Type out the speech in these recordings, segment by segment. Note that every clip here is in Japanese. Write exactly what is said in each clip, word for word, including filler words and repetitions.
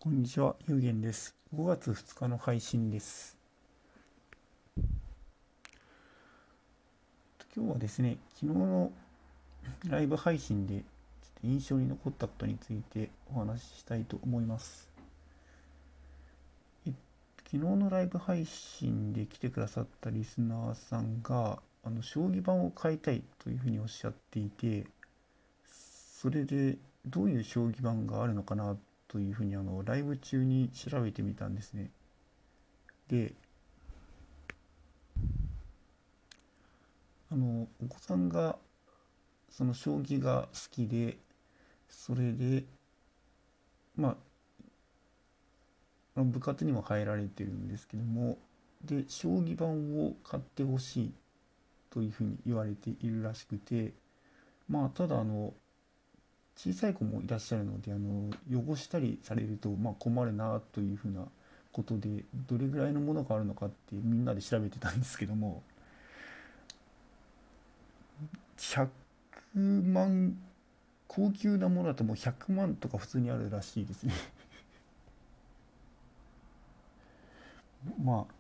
こんにちは、ゆうげんです。ごがつふつかの配信です。今日はですね、昨日のライブ配信でちょっと印象に残ったことについてお話ししたいと思います。え昨日のライブ配信で来てくださったリスナーさんが、あの将棋盤を買いたいというふうにおっしゃっていて、それでどういう将棋盤があるのかなというふうにあのライブ中に調べてみたんですね。で、あのお子さんがその将棋が好きで、それで、まあ、部活にも入られてるんですけども、で、将棋盤を買ってほしいというふうに言われているらしくて、まあ、ただ、あの、小さい子もいらっしゃるので、あの、汚したりされると、まあ、困るなというふうなことで、どれぐらいのものがあるのかってみんなで調べてたんですけども、ひゃくまん、高級なものだともうひゃくまんとか普通にあるらしいですね。まあ、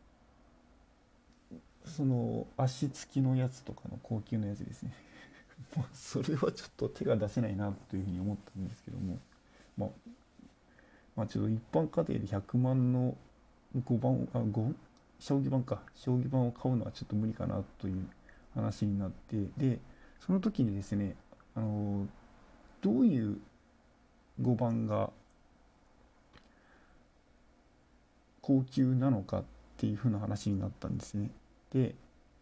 その足つきのやつとかの高級なやつですね。まあそれはちょっと手が出せないなというふうに思ったんですけども、まあ、まあちょっと一般家庭でひゃくまんのごばん、あ、ご将棋盤か、将棋盤を買うのはちょっと無理かなという話になって、で、その時にですね、あの、どういうごばんが高級なのかっていうふうな話になったんですね。で、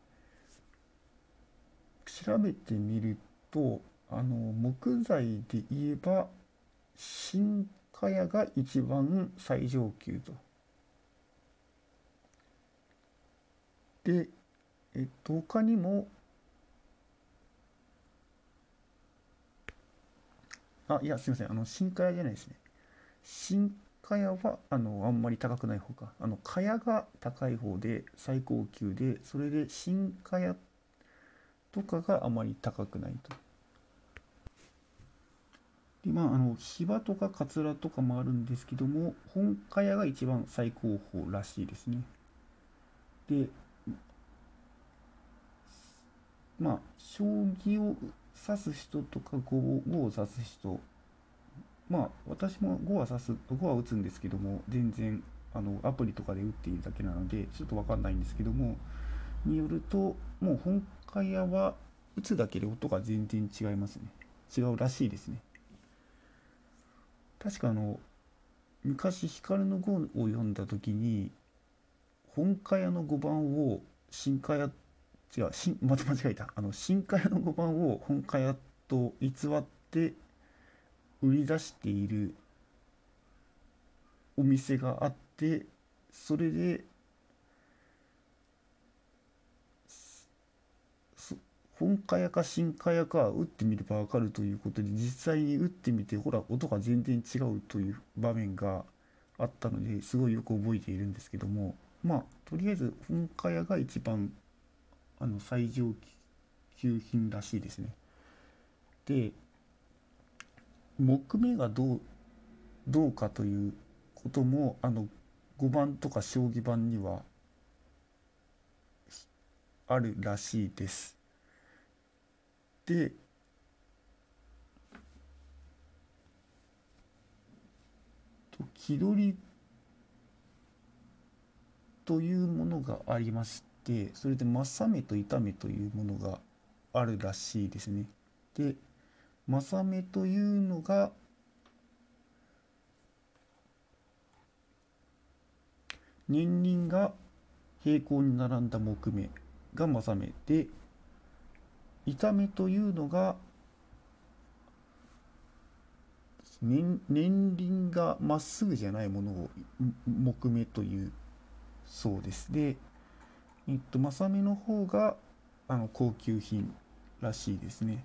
調べてみると、あの、木材で言えば、新茅が一番最上級と。で、えっと、他にも、あ、いや、すみません、あの、新茅じゃないですね。新茅は、あの、あんまり高くない方か。あの、茅が高い方で、最高級で、それで新茅とかがあまり高くないと。で、まあ、あの、芝とかカツラとかもあるんですけども、本茅が一番最高峰らしいですね。で、まあ、将棋を指す人とか碁を碁を指す人、まあ、私も碁は指す、碁は打つんですけども、全然、あの、アプリとかで打っているだけなので、ちょっとわかんないんですけども、によると、もう本会屋は打つだけで音が全然違いますね。違うらしいですね。確かあの、昔、光の碁を読んだ時に、本会屋のごばんを新会屋、違う、新、また間違えた。あの、新会屋のごばんを本会屋と偽って売り出しているお店があって、それで本家やか新家やか打ってみればわかるということで、実際に打ってみてほら音が全然違うという場面があったので、すごいよく覚えているんですけども、まあとりあえず本家屋が一番あの最上級品らしいですね。で、木目がどうどうかということも、あの碁盤とか将棋盤にはあるらしいです。で、木取りというものがありまして、それで正目と痛目というものがあるらしいですね。で、正目というのが年輪が平行に並んだ木目が正目で、痛目というのが年年輪がまっすぐじゃないものを木目というそうです。で、えっと、正目の方があの高級品らしいですね。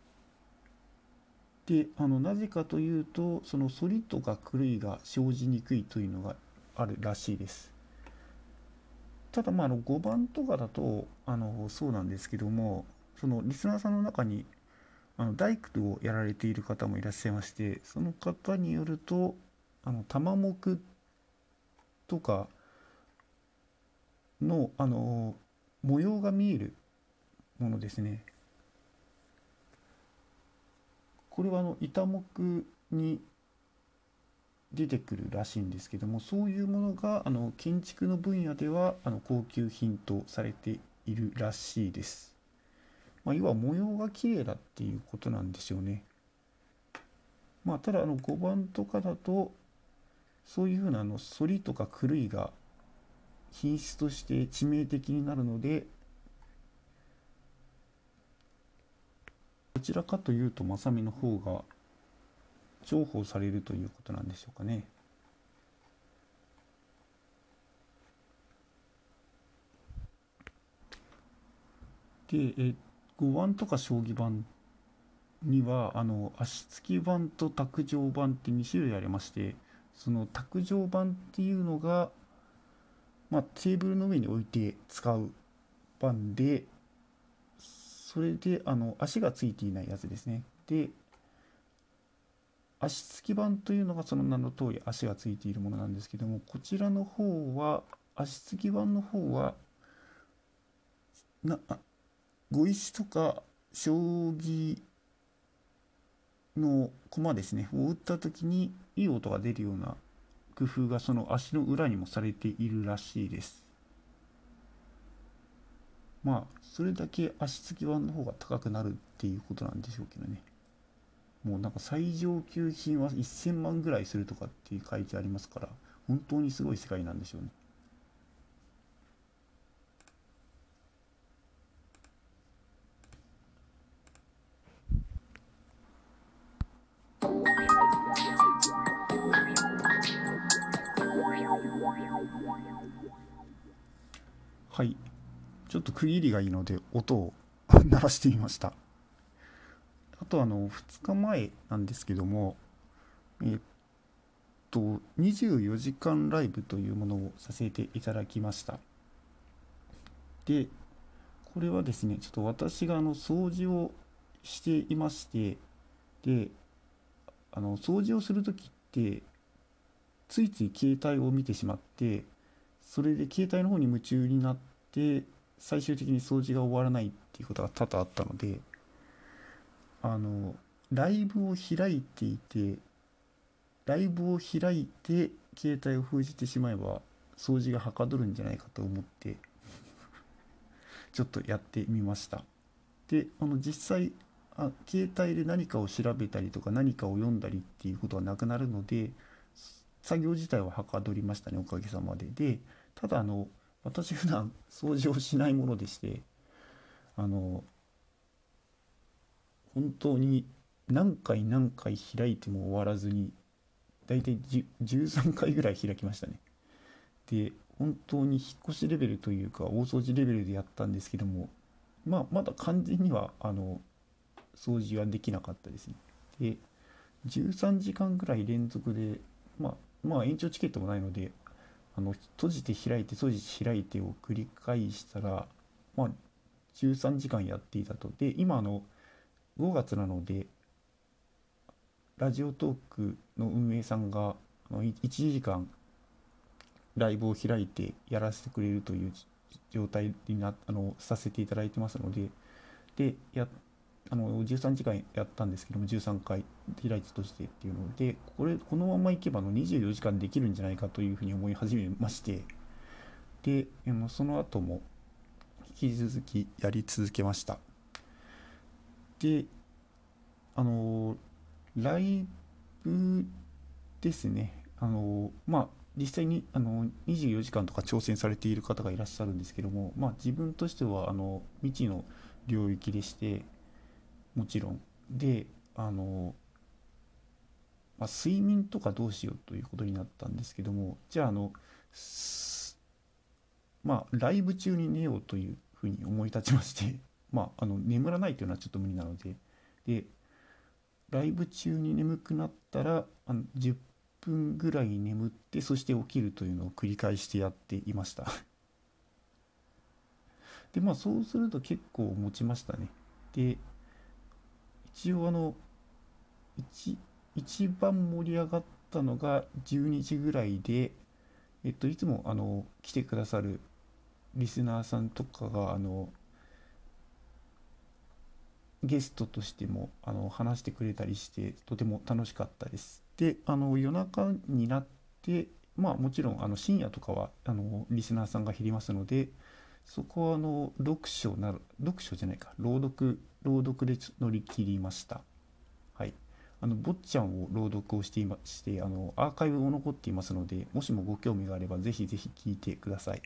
で、あの、なぜかというと、その反りとか狂いが生じにくいというのがあるらしいです。ただ、まあ、あの、ごばんとかだと、あの、そうなんですけども、そのリスナーさんの中に、あの、大工をやられている方もいらっしゃいまして、その方によると、 あの玉目とかの、あの模様が見えるものですね。これはあの板木に出てくるらしいんですけども、そういうものがあの建築の分野ではあの高級品とされているらしいです。まあ、要は模様が綺麗だっていうことなんでしょうね。まあ、ただあのごばんとかだとそういうふうなあの反りとか狂いが品質として致命的になるので、どちらかというと正美の方が重宝されるということなんでしょうかね。で、えごばんとか将棋盤にはあの足つき盤と卓上盤ってに種類ありまして、その卓上盤っていうのが、まあ、テーブルの上に置いて使う盤で、それであの足がついていないやつですね。で、足つき盤というのがその名の通り足がついているものなんですけども、こちらの方は足つき盤の方はな碁石とか将棋の駒ですねを打った時にいい音が出るような工夫がその足の裏にもされているらしいです。まあそれだけ足つき盤の方が高くなるっていうことなんでしょうけどね。もうなんか最上級品はせんまんぐらいするとかって書いてありますから、本当にすごい世界なんでしょうね。はい、ちょっと区切りがいいので音を鳴らしてみました。あとあのふつかまえなんですけども、えっとにじゅうよじかんライブというものをさせていただきました。で、これはですね、ちょっと私があの掃除をしていまして、で、あの掃除をするときってついつい携帯を見てしまって、それで携帯の方に夢中になって最終的に掃除が終わらないっていうことが多々あったので、あのライブを開いていてライブを開いて携帯を封じてしまえば掃除がはかどるんじゃないかと思ってちょっとやってみました。で、あの実際あ携帯で何かを調べたりとか何かを読んだりっていうことはなくなるので、作業自体ははかどりましたね、おかげさまで。で、ただあの私普段掃除をしないものでして、あの本当に何回何回開いても終わらずに、だいたいじゅうさんかいぐらい開きましたね。で、本当に引っ越しレベルというか大掃除レベルでやったんですけども、まあまだ完全にはあの掃除はできなかったですね。で、じゅうさんじかんぐらい連続で、まあまあ延長チケットもないので、あの閉じて開いて閉じて開いてを繰り返したら、まあじゅうさんじかんやっていたと。で、今あのごがつなので、ラジオトークの運営さんがあのいちじかんライブを開いてやらせてくれるという状態になあのさせていただいてますので、でやあのじゅうさんじかんやったんですけども、じゅうさんかい開いて閉じてっていうので、これこのままいけばのにじゅうよじかんできるんじゃないかというふうに思い始めまして、であのその後も引き続きやり続けました。で、あのライブですね。あのまあ実際にあのにじゅうよじかんとか挑戦されている方がいらっしゃるんですけども、まあ、自分としてはあの未知の領域でして、もちろんで、あの、まあ、睡眠とかどうしようということになったんですけども、じゃああのまあライブ中に寝ようというふうに思い立ちまして、まああの眠らないというのはちょっと無理なので、でライブ中に眠くなったらあのじゅっぷんぐらい眠って、そして起きるというのを繰り返してやっていました。でまあそうすると結構持ちましたね。で、一応あの一一番盛り上がっったのがじゅうにじぐらいで、えっと、いつもあの来てくださるリスナーさんとかがあのゲストとしてもあの話してくれたりしてとても楽しかったです。で、あの夜中になって、まあもちろんあの深夜とかはあのリスナーさんが減りますので、そこはあの読書なる読書じゃないか朗読朗読で乗り切りました。はい。あの坊ちゃんを朗読をしていましてあのアーカイブも残っていますので、もしもご興味があればぜひぜひ聞いてください。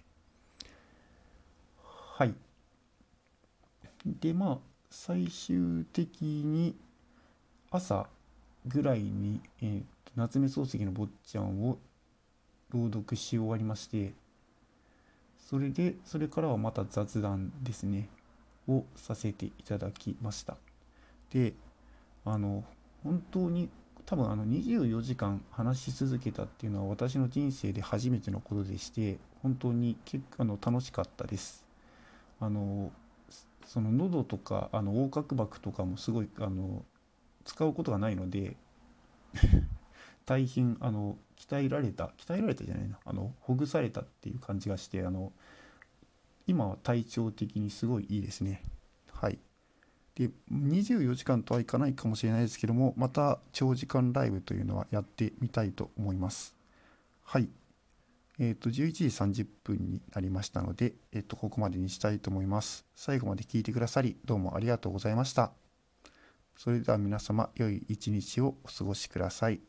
はい。でまあ最終的に朝ぐらいに、えーと夏目漱石の坊ちゃんを朗読し終わりまして、それでそれからはまた雑談ですねをさせていただきました。で、あの本当に多分あのにじゅうよじかん話し続けたっていうのは私の人生で初めてのことでして、本当に結構あの楽しかったです。あのその喉とかあの横隔膜とかもすごいあの使うことがないので、大変あの鍛えられた鍛えられたじゃないなあのほぐされたっていう感じがして、あの今は体調的にすごいいいですね。はい。でにじゅうよじかんとはいかないかもしれないですけども、また長時間ライブというのはやってみたいと思います。はい。えっ、とじゅういちじさんじゅっぷんになりましたので、えっ、とここまでにしたいと思います。最後まで聞いてくださりどうもありがとうございました。それでは皆様良い一日をお過ごしください。